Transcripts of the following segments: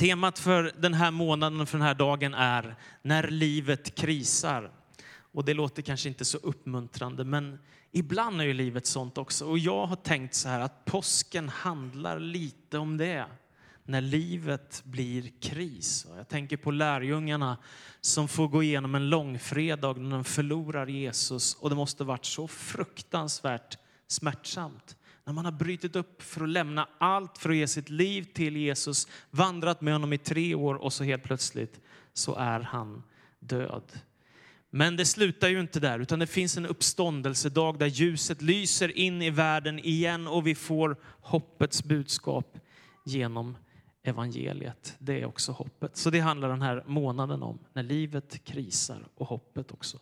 Temat för den här månaden och för den här dagen är när livet krisar. Och det låter kanske inte så uppmuntrande, men ibland är ju livet sånt också. Och jag har tänkt så här att påsken handlar lite om det. När livet blir kris. Jag tänker på lärjungarna som får gå igenom en långfredag när de förlorar Jesus. Och det måste varit så fruktansvärt smärtsamt. När man har brytit upp för att lämna allt för att ge sitt liv till Jesus. Vandrat med honom i 3 år och så helt plötsligt så är han död. Men det slutar ju inte där, utan det finns en uppståndelsedag där ljuset lyser in i världen igen och vi får hoppets budskap genom evangeliet. Det är också hoppet. Så det handlar den här månaden om, när livet krisar och hoppet också.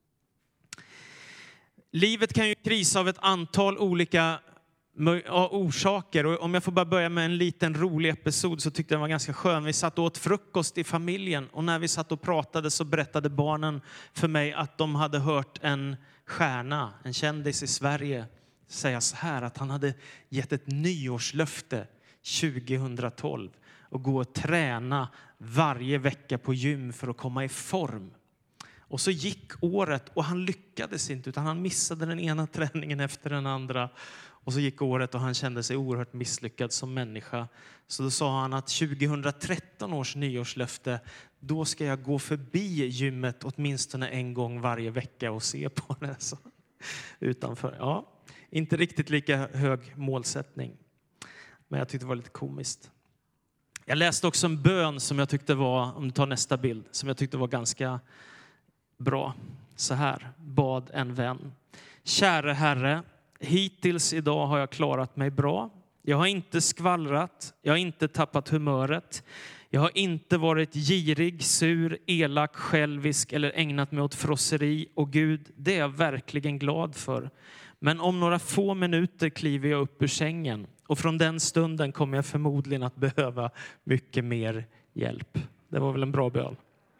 Livet kan ju krisa av ett antal olika orsaker. Och om jag får bara börja med en liten rolig episod så tyckte jag den var ganska skön. Vi satt och åt frukost i familjen och när vi satt och pratade så berättade barnen för mig att de hade hört en stjärna, en kändis i Sverige, säga så här att han hade gett ett nyårslöfte 2012 och gå och träna varje vecka på gym för att komma i form. Och så gick året och han lyckades inte utan han missade den ena träningen efter den andra. Och så gick året och han kände sig oerhört misslyckad som människa. Så då sa han att 2013 års nyårslöfte, då ska jag gå förbi gymmet åtminstone en gång varje vecka och se på det. Så, utanför. Ja, inte riktigt lika hög målsättning. Men jag tyckte det var lite komiskt. Jag läste också en bön som jag tyckte var, om du tar nästa bild, som jag tyckte var ganska bra. Så här bad en vän. Käre Herre, hittills idag har jag klarat mig bra. Jag har inte skvallrat, jag har inte tappat humöret. Jag har inte varit girig, sur, elak, självisk eller ägnat mig åt frosseri. Och Gud, det är jag verkligen glad för. Men om några få minuter kliver jag upp ur sängen. Och från den stunden kommer jag förmodligen att behöva mycket mer hjälp. Det var väl en bra bön.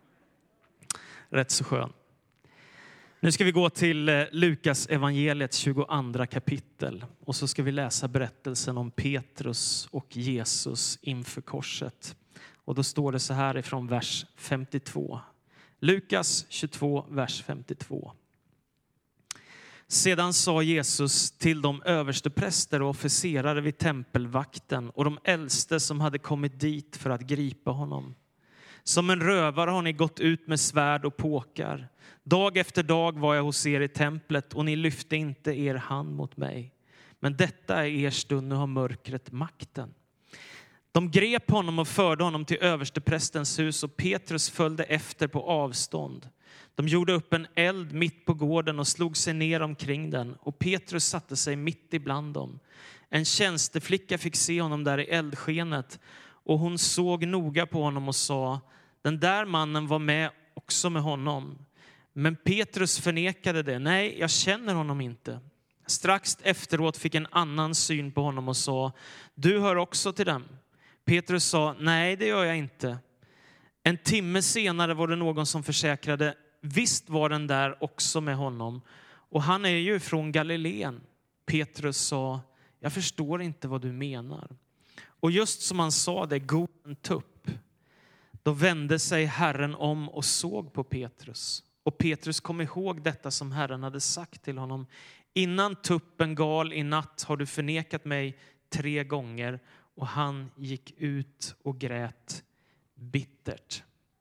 Rätt så skön. Nu ska vi gå till Lukas evangeliets 22 kapitel. Och så ska vi läsa berättelsen om Petrus och Jesus inför korset. Och då står det så här ifrån vers 52. Lukas 22, vers 52. Sedan sa Jesus till de överstepräster och officerare vid tempelvakten och de äldste som hade kommit dit för att gripa honom. Som en rövare har ni gått ut med svärd och påkar. Dag efter dag var jag hos er i templet och ni lyfte inte er hand mot mig. Men detta är er stund, nu har mörkret makten. De grep honom och förde honom till översteprästens hus och Petrus följde efter på avstånd. De gjorde upp en eld mitt på gården och slog sig ner omkring den. Och Petrus satte sig mitt ibland dem. En tjänsteflicka fick se honom där i eldskenet. Och hon såg noga på honom och sa, den där mannen var med också med honom. Men Petrus förnekade det. Nej, jag känner honom inte. Strax efteråt fick en annan syn på honom och sa, du hör också till dem. Petrus sa, nej det gör jag inte. En timme senare var det någon som försäkrade, visst var den där också med honom. Och han är ju från Galileen. Petrus sa, jag förstår inte vad du menar. Och just som han sa det, go en tupp. Då vände sig Herren om och såg på Petrus. Och Petrus kom ihåg detta som Herren hade sagt till honom. Innan tuppen gal i natt har du förnekat mig 3 gånger. Och han gick ut och grät bittert.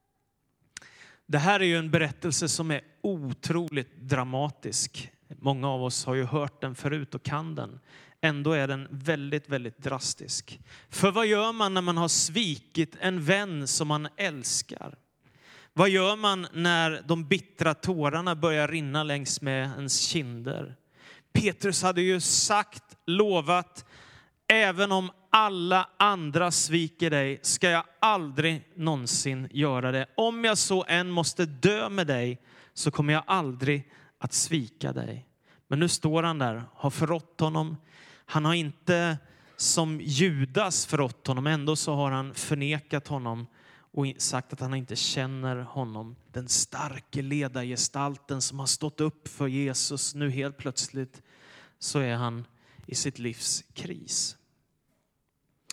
Det här är ju en berättelse som är otroligt dramatisk. Många av oss har ju hört den förut och kan den. Ändå är den väldigt, väldigt drastisk. För vad gör man när man har svikit en vän som man älskar? Vad gör man när de bittra tårarna börjar rinna längs med ens kinder? Petrus hade ju sagt, lovat, även om alla andra sviker dig ska jag aldrig någonsin göra det. Om jag så än måste dö med dig så kommer jag aldrig att svika dig. Men nu står han där, har förrått honom. Han har inte som Judas förrått honom. Ändå så har han förnekat honom och sagt att han inte känner honom. Den starke ledargestalten som har stått upp för Jesus. Nu helt plötsligt så är han i sitt livs kris.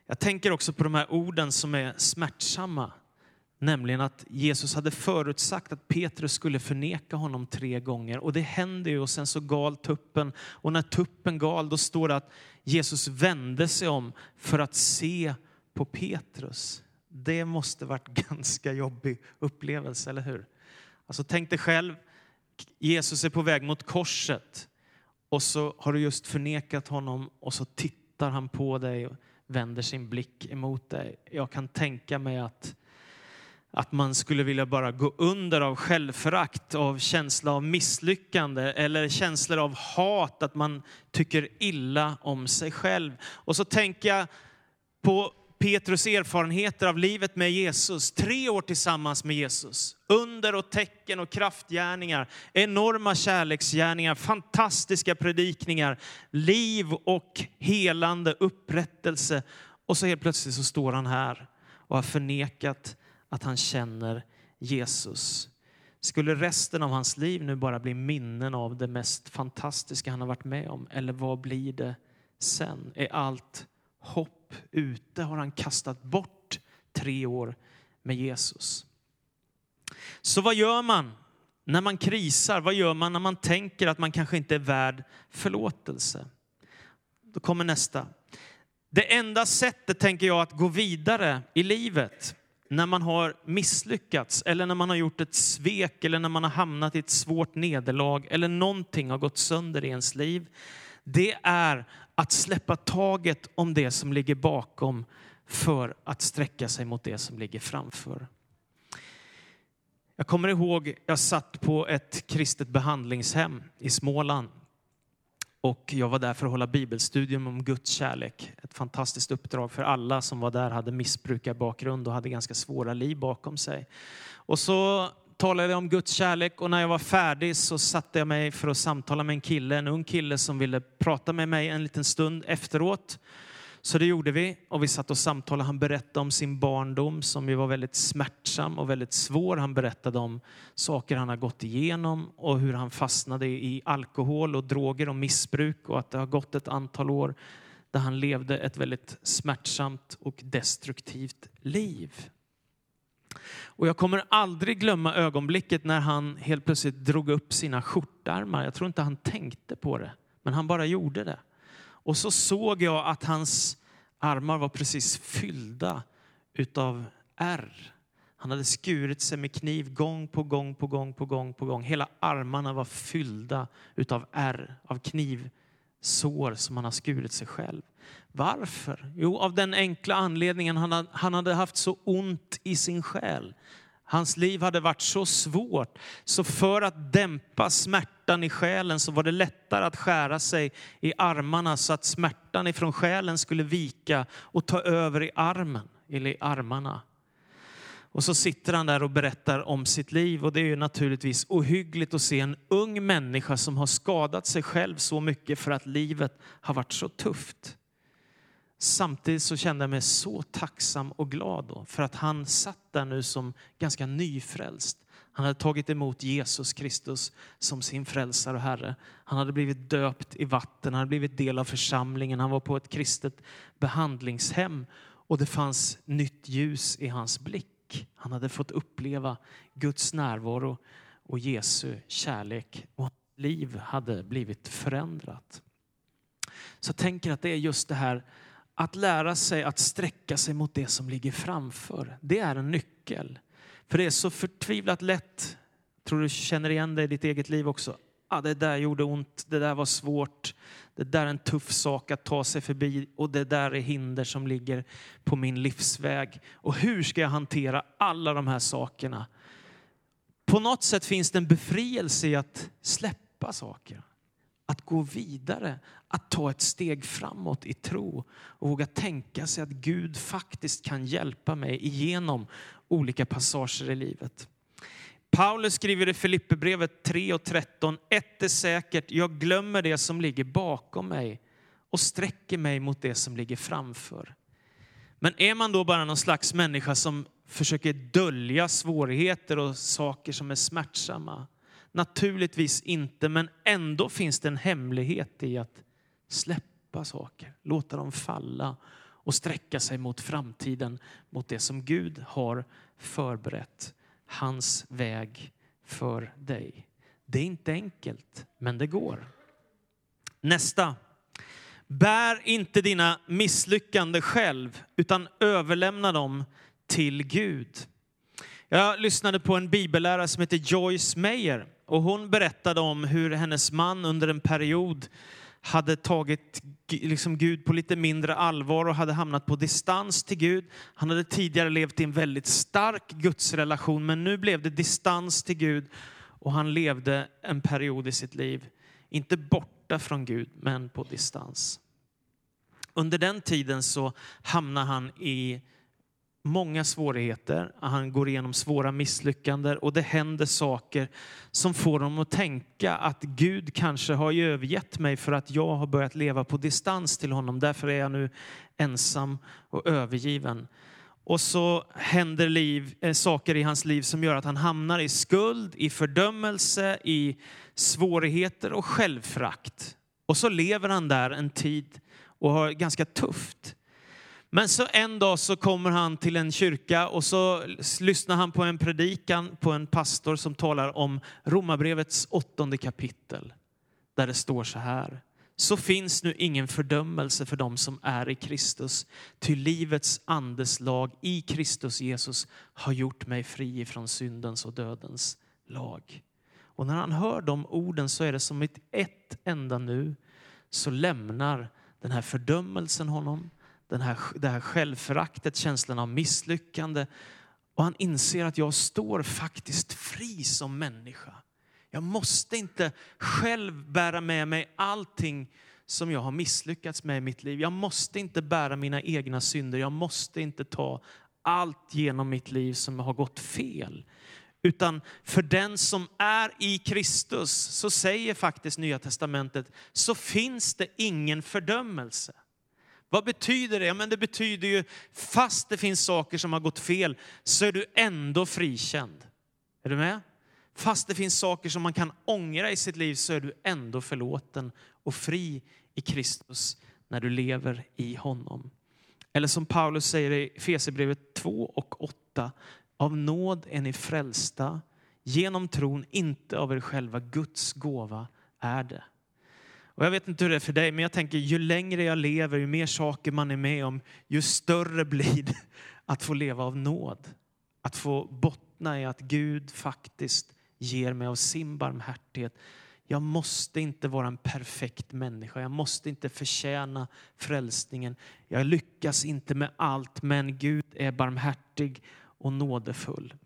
Jag tänker också på de här orden som är smärtsamma. Nämligen att Jesus hade förutsagt att Petrus skulle förneka honom 3 gånger. Och det hände ju, och sen så gal tuppen. Och när tuppen gal, då står det att Jesus vände sig om för att se på Petrus. Det måste varit ganska jobbig upplevelse, eller hur? Alltså tänk dig själv, Jesus är på väg mot korset. Och så har du just förnekat honom och så tittar han på dig och vänder sin blick emot dig. Jag kan tänka mig att man skulle vilja bara gå under av självförakt, av känsla av misslyckande eller känslor av hat, att man tycker illa om sig själv. Och så tänker jag på Petrus erfarenheter av livet med Jesus. 3 år tillsammans med Jesus. Under och tecken och kraftgärningar. Enorma kärleksgärningar. Fantastiska predikningar. Liv och helande upprättelse. Och så helt plötsligt så står han här och har förnekat att han känner Jesus. Skulle resten av hans liv nu bara bli minnen av det mest fantastiska han har varit med om? Eller vad blir det sen? Är allt hopp ute? Har han kastat bort 3 år med Jesus? Så vad gör man när man krisar? Vad gör man när man tänker att man kanske inte är värd förlåtelse? Då kommer nästa. Det enda sättet, tänker jag, att gå vidare i livet när man har misslyckats eller när man har gjort ett svek eller när man har hamnat i ett svårt nederlag eller någonting har gått sönder i ens liv, det är att släppa taget om det som ligger bakom för att sträcka sig mot det som ligger framför. Jag kommer ihåg, jag satt på ett kristet behandlingshem i Småland. Och jag var där för att hålla bibelstudium om Guds kärlek. Ett fantastiskt uppdrag för alla som var där, hade missbrukarbakgrund och hade ganska svåra liv bakom sig. Och så talade jag om Guds kärlek, och när jag var färdig så satte jag mig för att samtala med en ung kille som ville prata med mig en liten stund efteråt. Så det gjorde vi, och vi satt och samtalade. Han berättade om sin barndom som ju var väldigt smärtsam och väldigt svår. Han berättade om saker han har gått igenom och hur han fastnade i alkohol och droger och missbruk, och att det har gått ett antal år där han levde ett väldigt smärtsamt och destruktivt liv. Och jag kommer aldrig glömma ögonblicket när han helt plötsligt drog upp sina skjortärmar. Jag tror inte han tänkte på det, men han bara gjorde det. Och så såg jag att hans armar var precis fyllda utav ärr. Han hade skurit sig med kniv gång på gång. Hela armarna var fyllda utav ärr, av knivsår som han har skurit sig själv. Varför? Jo, av den enkla anledningen han hade haft så ont i sin själ. Hans liv hade varit så svårt, så för att dämpa smärtan i själen så var det lättare att skära sig i armarna så att smärtan ifrån själen skulle vika och ta över i armen eller i armarna. Och så sitter han där och berättar om sitt liv, och det är ju naturligtvis ohyggligt att se en ung människa som har skadat sig själv så mycket för att livet har varit så tufft. Samtidigt så kände jag mig så tacksam och glad då, för att han satt där nu som ganska nyfrälst. Han hade tagit emot Jesus Kristus som sin frälsare och herre. Han hade blivit döpt i vatten, han hade blivit del av församlingen. Han var på ett kristet behandlingshem, och det fanns nytt ljus i hans blick. Han hade fått uppleva Guds närvaro och Jesu kärlek, och hans liv hade blivit förändrat. Så jag tänker att det är just det här, att lära sig att sträcka sig mot det som ligger framför. Det är en nyckel. För det är så förtvivlat lätt. Tror du känner igen det i ditt eget liv också. Det där gjorde ont. Det där var svårt. Det där är en tuff sak att ta sig förbi. Och det där är hinder som ligger på min livsväg. Och hur ska jag hantera alla de här sakerna? På något sätt finns det en befrielse i att släppa saker. Att gå vidare, att ta ett steg framåt i tro och våga tänka sig att Gud faktiskt kan hjälpa mig igenom olika passager i livet. Paulus skriver i Filipperbrevet 3:13: ett är säkert, jag glömmer det som ligger bakom mig och sträcker mig mot det som ligger framför. Men är man då bara någon slags människa som försöker dölja svårigheter och saker som är smärtsamma? Naturligtvis inte, men ändå finns det en hemlighet i att släppa saker, låta dem falla och sträcka sig mot framtiden, mot det som Gud har förberett, hans väg för dig. Det är inte enkelt, men det går. Nästa. Bär inte dina misslyckanden själv, utan överlämna dem till Gud. Jag lyssnade på en bibellärare som heter Joyce Meyer, och hon berättade om hur hennes man under en period hade tagit Gud på lite mindre allvar och hade hamnat på distans till Gud. Han hade tidigare levt i en väldigt stark gudsrelation, men nu blev det distans till Gud, och han levde en period i sitt liv, inte borta från Gud, men på distans. Under den tiden så hamnar han i många svårigheter. Han går igenom svåra misslyckanden, och det händer saker som får honom att tänka att Gud kanske har övergett mig för att jag har börjat leva på distans till honom. Därför är jag nu ensam och övergiven. Och så händer saker i hans liv som gör att han hamnar i skuld, i fördömelse, i svårigheter och självförakt. Och så lever han där en tid och har ganska tufft. Men så en dag så kommer han till en kyrka, och så lyssnar han på en predikan på en pastor som talar om Romarbrevets 8:e kapitel. Där det står så här: så finns nu ingen fördömelse för dem som är i Kristus. Ty livets andes lag i Kristus Jesus har gjort mig fri från syndens och dödens lag. Och när han hör de orden så är det som ett enda nu, så lämnar den här fördömelsen honom. Det här självföraktet, känslan av misslyckande. Och han inser att jag står faktiskt fri som människa. Jag måste inte själv bära med mig allting som jag har misslyckats med i mitt liv. Jag måste inte bära mina egna synder. Jag måste inte ta allt genom mitt liv som har gått fel. Utan för den som är i Kristus, så säger faktiskt Nya testamentet, så finns det ingen fördömelse. Vad betyder det? Ja, men det betyder ju, fast det finns saker som har gått fel, så är du ändå frikänd. Är du med? Fast det finns saker som man kan ångra i sitt liv, så är du ändå förlåten och fri i Kristus när du lever i honom. Eller som Paulus säger i Efesierbrevet 2:8. Av nåd är ni frälsta, genom tron, inte av er själva. Guds gåva är det. Och jag vet inte hur det är för dig, men jag tänker ju längre jag lever, ju mer saker man är med om, ju större blir det att få leva av nåd. Att få bottna i att Gud faktiskt ger mig av sin barmhärtighet. Jag måste inte vara en perfekt människa. Jag måste inte förtjäna frälsningen. Jag lyckas inte med allt, men Gud är barmhärtig och nådefull.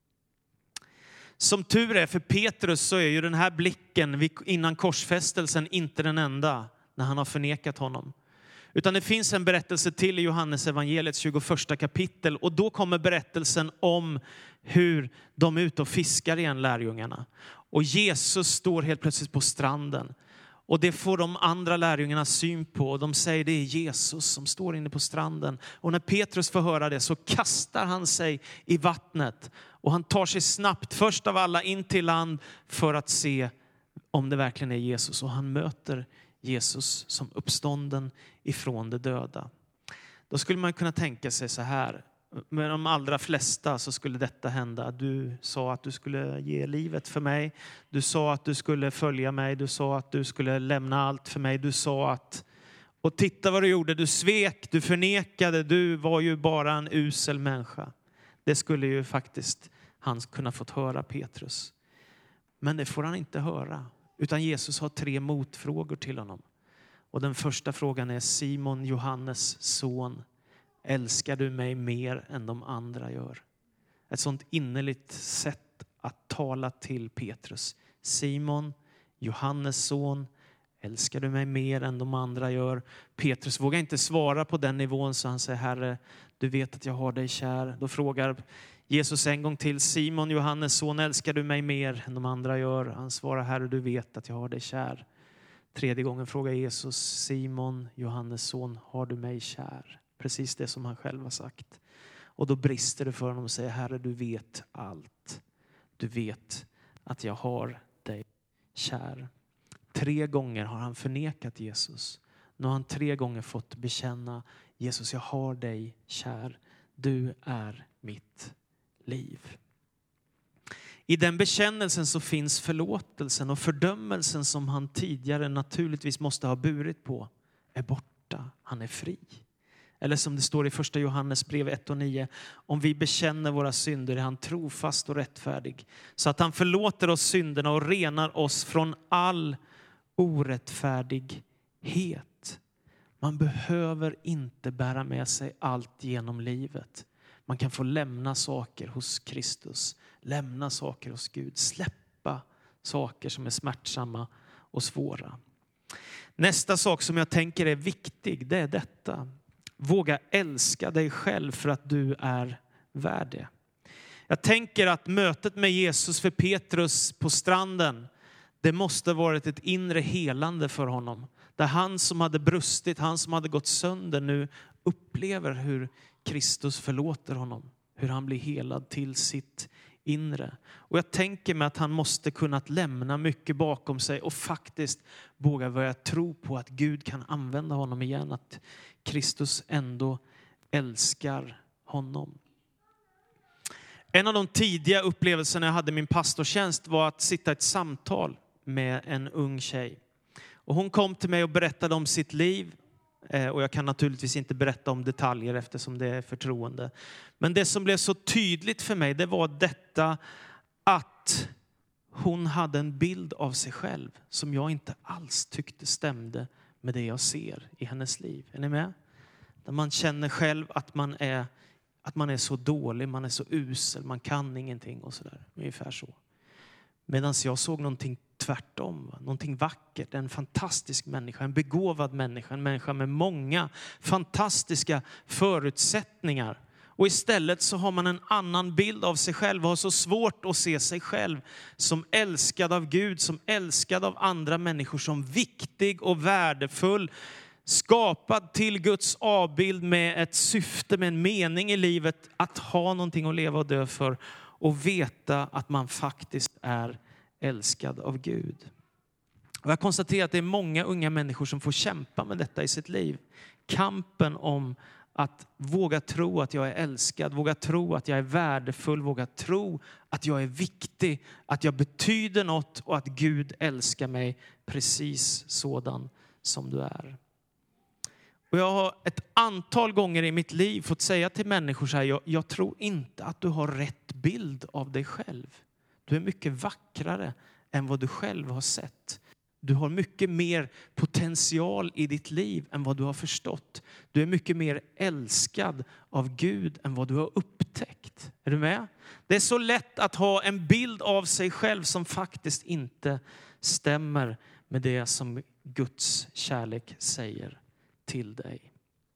Som tur är för Petrus så är ju den här blicken innan korsfästelsen inte den enda när han har förnekat honom. Utan det finns en berättelse till i Johannes evangeliets 21 kapitel. Och då kommer berättelsen om hur de är ute och fiskar igen, lärjungarna. Och Jesus står helt plötsligt på stranden. Och det får de andra lärjungarna syn på. Och de säger det är Jesus som står inne på stranden. Och när Petrus får höra det så kastar han sig i vattnet. Och han tar sig snabbt först av alla in till land för att se om det verkligen är Jesus. Och han möter Jesus som uppstånden ifrån de döda. Då skulle man kunna tänka sig så här. Med de allra flesta så skulle detta hända. Du sa att du skulle ge livet för mig. Du sa att du skulle följa mig. Du sa att du skulle lämna allt för mig. Du sa att... Och titta vad du gjorde. Du svek, du förnekade. Du var ju bara en usel människa. Det skulle ju faktiskt han kunna fått höra, Petrus. Men det får han inte höra. Utan Jesus har 3 motfrågor till honom. Och den första frågan är: Simon, Johannes son, älskar du mig mer än de andra gör? Ett sånt innerligt sätt att tala till Petrus. Simon, Johannes son, älskar du mig mer än de andra gör? Petrus vågar inte svara på den nivån, så han säger: Herre, du vet att jag har dig kär. Då frågar Jesus en gång till: Simon, Johannes son, älskar du mig mer än de andra gör? Han svarar: Herre, du vet att jag har dig kär. 3:e gången frågar Jesus: Simon, Johannes son, har du mig kär? Precis det som han själv har sagt. Och då brister det för honom och säger: Herre, du vet allt. Du vet att jag har dig kär. 3 gånger har han förnekat Jesus. Nu har han 3 gånger fått bekänna: Jesus, jag har dig kär. Du är mitt liv. I den bekännelsen så finns förlåtelsen, och fördömelsen som han tidigare naturligtvis måste ha burit på är borta. Han är fri. Eller som det står i första Johannes brev 1:9. Om vi bekänner våra synder är han trofast och rättfärdig, så att han förlåter oss synderna och renar oss från all orättfärdighet. Man behöver inte bära med sig allt genom livet. Man kan få lämna saker hos Kristus. Lämna saker hos Gud. Släppa saker som är smärtsamma och svåra. Nästa sak som jag tänker är viktig, det är detta. Våga älska dig själv för att du är värd det. Jag tänker att mötet med Jesus för Petrus på stranden, det måste ha varit ett inre helande för honom. Där han som hade brustit, han som hade gått sönder, nu upplever hur Kristus förlåter honom. Hur han blir helad till sitt inre. Och jag tänker mig att han måste kunnat lämna mycket bakom sig och faktiskt våga börja tro på att Gud kan använda honom igen. Att Kristus ändå älskar honom. En av de tidiga upplevelserna jag hade i min pastortjänst var att sitta i ett samtal med en ung tjej. Och hon kom till mig och berättade om sitt liv. Och jag kan naturligtvis inte berätta om detaljer eftersom det är förtroende. Men det som blev så tydligt för mig, det var detta att hon hade en bild av sig själv som jag inte alls tyckte stämde med det jag ser i hennes liv. Är ni med? Där man känner själv att man är så dålig, man är så usel, man kan ingenting och sådär. Ungefär så. Medan jag såg någonting tvärtom, någonting vackert, en fantastisk människa, en begåvad människa, en människa med många fantastiska förutsättningar. Och istället så har man en annan bild av sig själv och har så svårt att se sig själv som älskad av Gud, som älskad av andra människor, som viktig och värdefull, skapad till Guds avbild med ett syfte, med en mening i livet, att ha någonting att leva och dö för och veta att man faktiskt är älskad av Gud. Och jag konstaterar att det är många unga människor som får kämpa med detta i sitt liv. Kampen om att våga tro att jag är älskad, våga tro att jag är värdefull, våga tro att jag är viktig, att jag betyder något och att Gud älskar mig precis sådan som du är. Och jag har ett antal gånger i mitt liv fått säga till människor så här, jag tror inte att du har rätt bild av dig själv. Du är mycket vackrare än vad du själv har sett. Du har mycket mer potential i ditt liv än vad du har förstått. Du är mycket mer älskad av Gud än vad du har upptäckt. Är du med? Det är så lätt att ha en bild av sig själv som faktiskt inte stämmer med det som Guds kärlek säger till dig.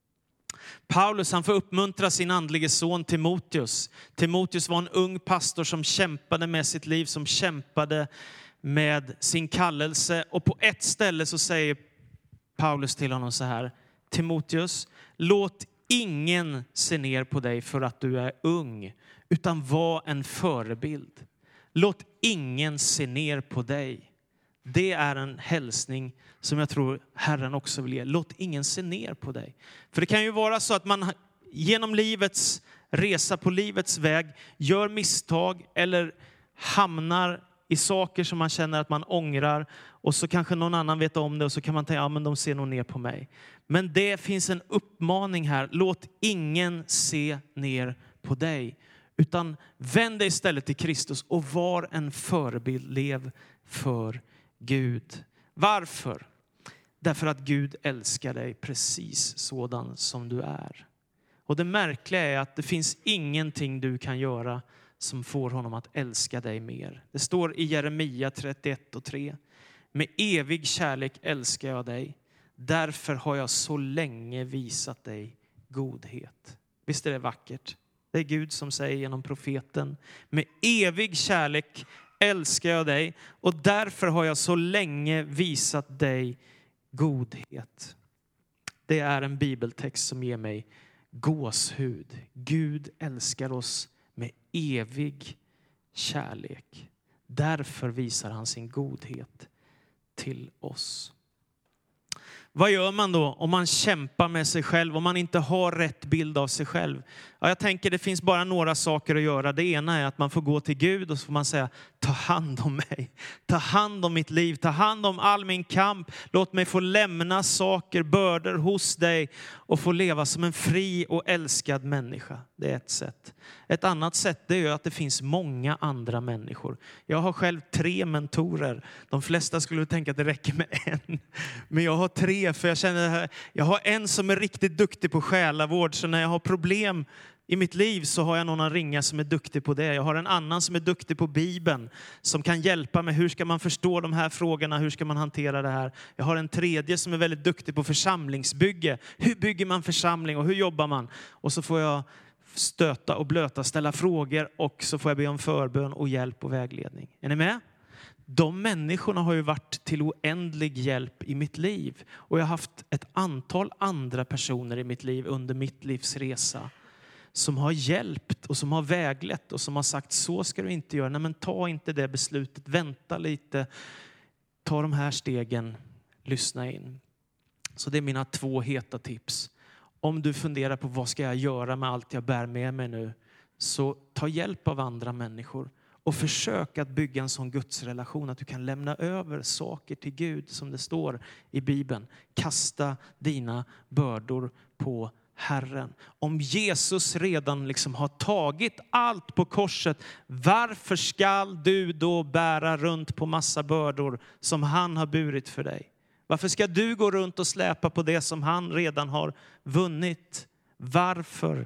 Paulus, han får uppmuntra sin andlige son Timoteus. Timoteus var en ung pastor som kämpade med sitt liv, som kämpade med sin kallelse. Och på ett ställe så säger Paulus till honom så här: Timoteus, låt ingen se ner på dig för att du är ung, utan var en förebild. Låt ingen se ner på dig. Det är en hälsning som jag tror Herren också vill ge. Låt ingen se ner på dig. För det kan ju vara så att man genom livets resa på livets väg gör misstag eller hamnar i saker som man känner att man ångrar. Och så kanske någon annan vet om det och så kan man tänka, ja men de ser nog ner på mig. Men det finns en uppmaning här. Låt ingen se ner på dig. Utan vänd dig istället till Kristus och var en förebild. Lev för Gud. Varför? Därför att Gud älskar dig precis sådan som du är. Och det märkliga är att det finns ingenting du kan göra som får honom att älska dig mer. Det står i Jeremia 31:3. Med evig kärlek älskar jag dig. Därför har jag så länge visat dig godhet. Visst är det vackert? Det är Gud som säger genom profeten. Med evig kärlek älskar jag dig och därför har jag så länge visat dig godhet. Det är en bibeltext som ger mig gåshud. Gud älskar oss med evig kärlek. Därför visar han sin godhet till oss. Vad gör man då om man kämpar med sig själv, om man inte har rätt bild av sig själv? Ja, jag tänker det finns bara några saker att göra. Det ena är att man får gå till Gud och så får man säga, ta hand om mig. Ta hand om mitt liv, ta hand om all min kamp. Låt mig få lämna saker, bördor hos dig och få leva som en fri och älskad människa. Det är ett sätt. Ett annat sätt det är att det finns många andra människor. Jag har själv 3 mentorer. De flesta skulle tänka att det räcker med en. Men jag har 3 för jag känner att jag har en som är riktigt duktig på själavård. Så när jag har problem i mitt liv så har jag någon att ringa som är duktig på det. Jag har en annan som är duktig på Bibeln. Som kan hjälpa mig. Hur ska man förstå de här frågorna? Hur ska man hantera det här? Jag har en tredje som är väldigt duktig på församlingsbygge. Hur bygger man församling och hur jobbar man? Och så får jag stöta och blöta, ställa frågor. Och så får jag be om förbön och hjälp och vägledning. Är ni med? De människorna har ju varit till oändlig hjälp i mitt liv. Och jag har haft ett antal andra personer i mitt liv under mitt livs resa. Som har hjälpt och som har väglett och som har sagt så ska du inte göra. Nej men ta inte det beslutet, vänta lite. Ta de här stegen, lyssna in. Så det är mina 2 heta tips. Om du funderar på vad ska jag göra med allt jag bär med mig nu. Så ta hjälp av andra människor. Och försök att bygga en sån gudsrelation att du kan lämna över saker till Gud som det står i Bibeln. Kasta dina bördor på Herren. Om Jesus redan liksom har tagit allt på korset, varför skall du då bära runt på massa bördor som han har burit för dig? Varför ska du gå runt och släpa på det som han redan har vunnit? Varför?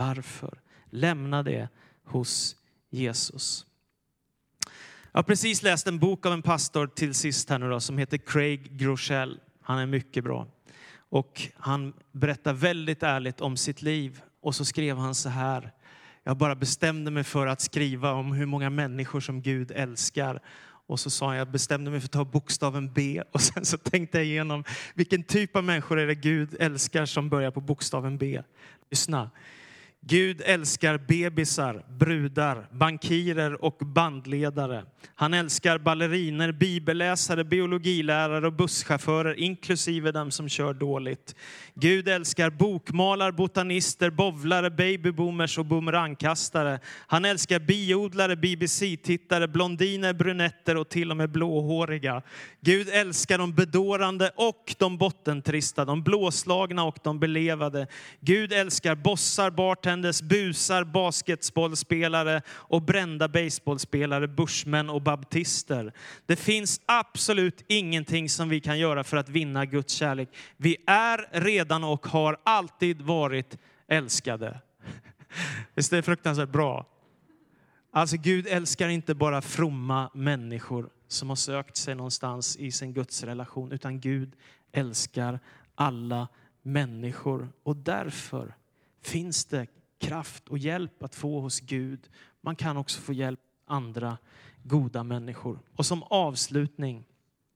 Lämna det hos Jesus. Jag har precis läst en bok av en pastor till sist här nu då, som heter Craig Groeschel. Han är mycket bra. Och han berättar väldigt ärligt om sitt liv. Och så skrev han så här. Jag bara bestämde mig för att skriva om hur många människor som Gud älskar. Och så sa jag bestämde mig för att ta bokstaven B. Och sen så tänkte jag igenom vilken typ av människor är det Gud älskar som börjar på bokstaven B. Lyssna. Gud älskar bebisar, brudar, bankirer och bandledare. Han älskar balleriner, bibelläsare, biologilärare och busschaufförer, inklusive dem som kör dåligt. Gud älskar bokmalar, botanister, bowlare, babyboomers och boomerangkastare. Han älskar biodlare, BBC-tittare, blondiner, brunetter och till och med blåhåriga. Gud älskar de bedårande och de bottentrista, de blåslagna och de belevade. Gud älskar bossar, bartenders, busar, basketbollspelare och brända baseballspelare, bushmän och baptister. Det finns absolut ingenting som vi kan göra för att vinna Guds kärlek. Vi är redan och har alltid varit älskade. Visst är det fruktansvärt bra? Alltså Gud älskar inte bara fromma människor som har sökt sig någonstans i sin Guds relation, utan Gud älskar alla människor. Och därför finns det kraft och hjälp att få hos Gud. Man kan också få hjälp av andra goda människor. Och som avslutning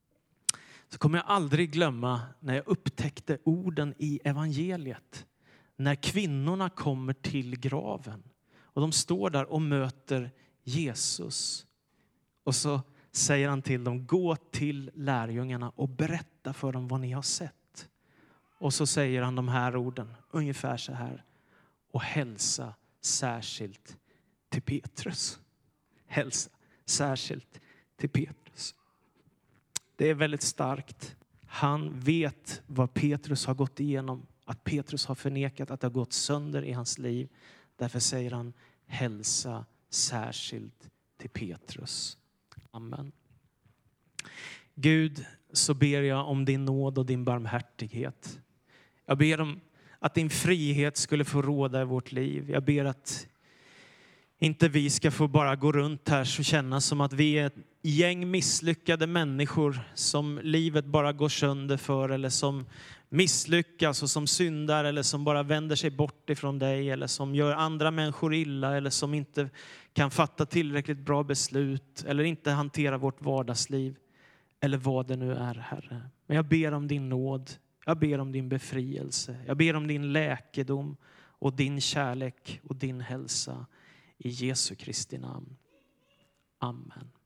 så kommer jag aldrig glömma när jag upptäckte orden i evangeliet. När kvinnorna kommer till graven. Och de står där och möter Jesus. Och så säger han till dem, gå till lärjungarna och berätta för dem vad ni har sett. Och så säger han de här orden, ungefär så här. Och hälsa särskilt till Petrus. Hälsa särskilt till Petrus. Det är väldigt starkt. Han vet vad Petrus har gått igenom. Att Petrus har förnekat att det har gått sönder i hans liv. Därför säger han hälsa särskilt till Petrus. Amen. Gud, så ber jag om din nåd och din barmhärtighet. Jag ber om att din frihet skulle få råda i vårt liv. Jag ber att inte vi ska få bara gå runt här och känna som att vi är ett gäng misslyckade människor som livet bara går sönder för, eller som misslyckas och som syndar, eller som bara vänder sig bort ifrån dig, eller som gör andra människor illa, eller som inte kan fatta tillräckligt bra beslut eller inte hantera vårt vardagsliv, eller vad det nu är, Herre. Men jag ber om din nåd. Jag ber om din befrielse. Jag ber om din läkedom och din kärlek och din hälsa. I Jesu Kristi namn. Amen.